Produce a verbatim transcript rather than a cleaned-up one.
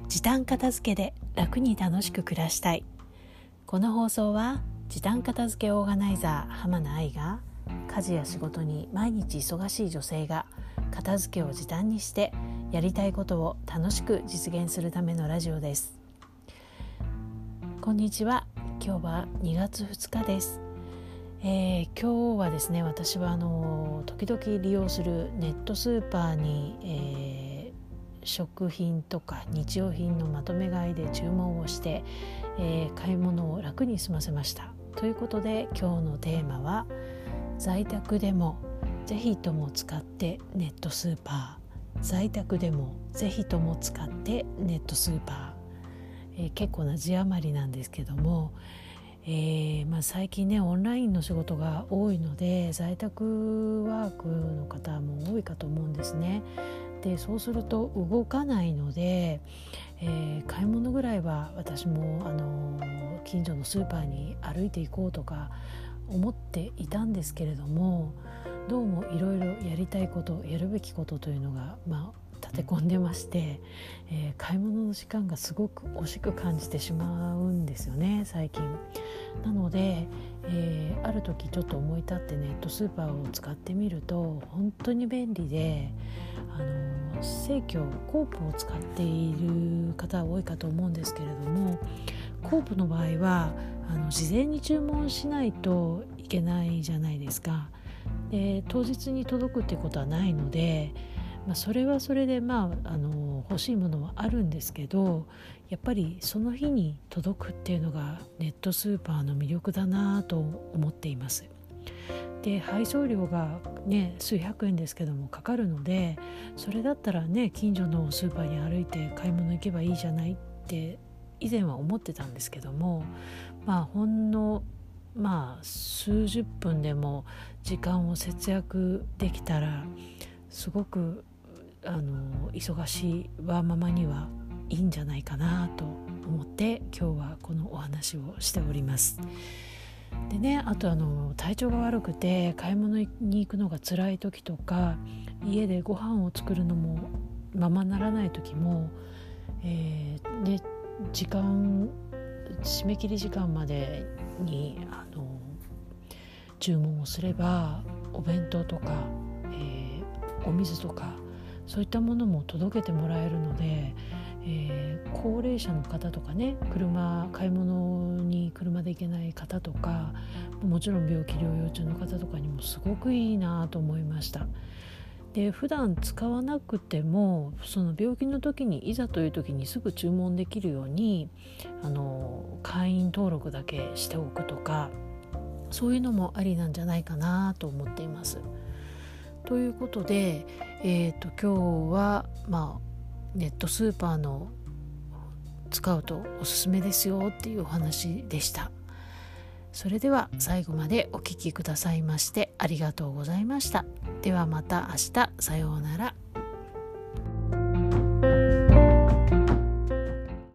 時短片付けで楽に楽しく暮らしたい。この放送は時短片付けオーガナイザー浜名愛が家事や仕事に毎日忙しい女性が片付けを時短にしてやりたいことを楽しく実現するためのラジオです。こんにちは。今日はにがつふつかです。えー、今日はですね、私はあの時々利用するネットスーパーに、えー食品とか日用品のまとめ買いで注文をして、えー、買い物を楽に済ませました。ということで今日のテーマは、在宅でもぜひとも使ってネットスーパー在宅でもぜひとも使ってネットスーパー、えー、結構な字余りなんですけども、えーまあ、最近ねオンラインの仕事が多いので在宅ワークの方も多いかと思うんですね。でそうすると動かないので、えー、買い物ぐらいは私も、あのー、近所のスーパーに歩いていこうとか思っていたんですけれども、どうもいろいろやりたいことやるべきことというのが、まあ、立て込んでまして、えー、買い物の時間がすごく惜しく感じてしまうんですよね最近。なので、えー、ある時ちょっと思い立ってネットスーパーを使ってみると本当に便利で、あの生協コープを使っている方は多いかと思うんですけれども、コープの場合はあの事前に注文しないといけないじゃないですか。で当日に届くっていうことはないので、まあ、それはそれで、まあ、あの欲しいものはあるんですけど、やっぱりその日に届くっていうのがネットスーパーの魅力だなと思っています。で配送料がね数百円ですけどもかかるので、それだったらね近所のスーパーに歩いて買い物行けばいいじゃないって以前は思ってたんですけども、まあほんのまあ数十分でも時間を節約できたらすごくあの忙しいワーママにはいいんじゃないかなと思って今日はこのお話をしております。でね、あとあの体調が悪くて買い物に行くのが辛い時とか、家でご飯を作るのもままならない時も、えーね、時間締め切り時間までにあの注文をすればお弁当とか、えー、お水とかそういったものも届けてもらえるので、えー、高齢者の方とかね、車買い物に車で行けない方とか、もちろん病気療養中の方とかにもすごくいいなと思いました。で普段使わなくてもその病気の時にいざという時にすぐ注文できるようにあの会員登録だけしておくとか、そういうのもありなんじゃないかなと思っています。ということで、えーと、今日は、まあ、ネットスーパーの使うとおすすめですよっていうお話でした。それでは最後までお聞きくださいましてありがとうございました。ではまた明日、さようなら。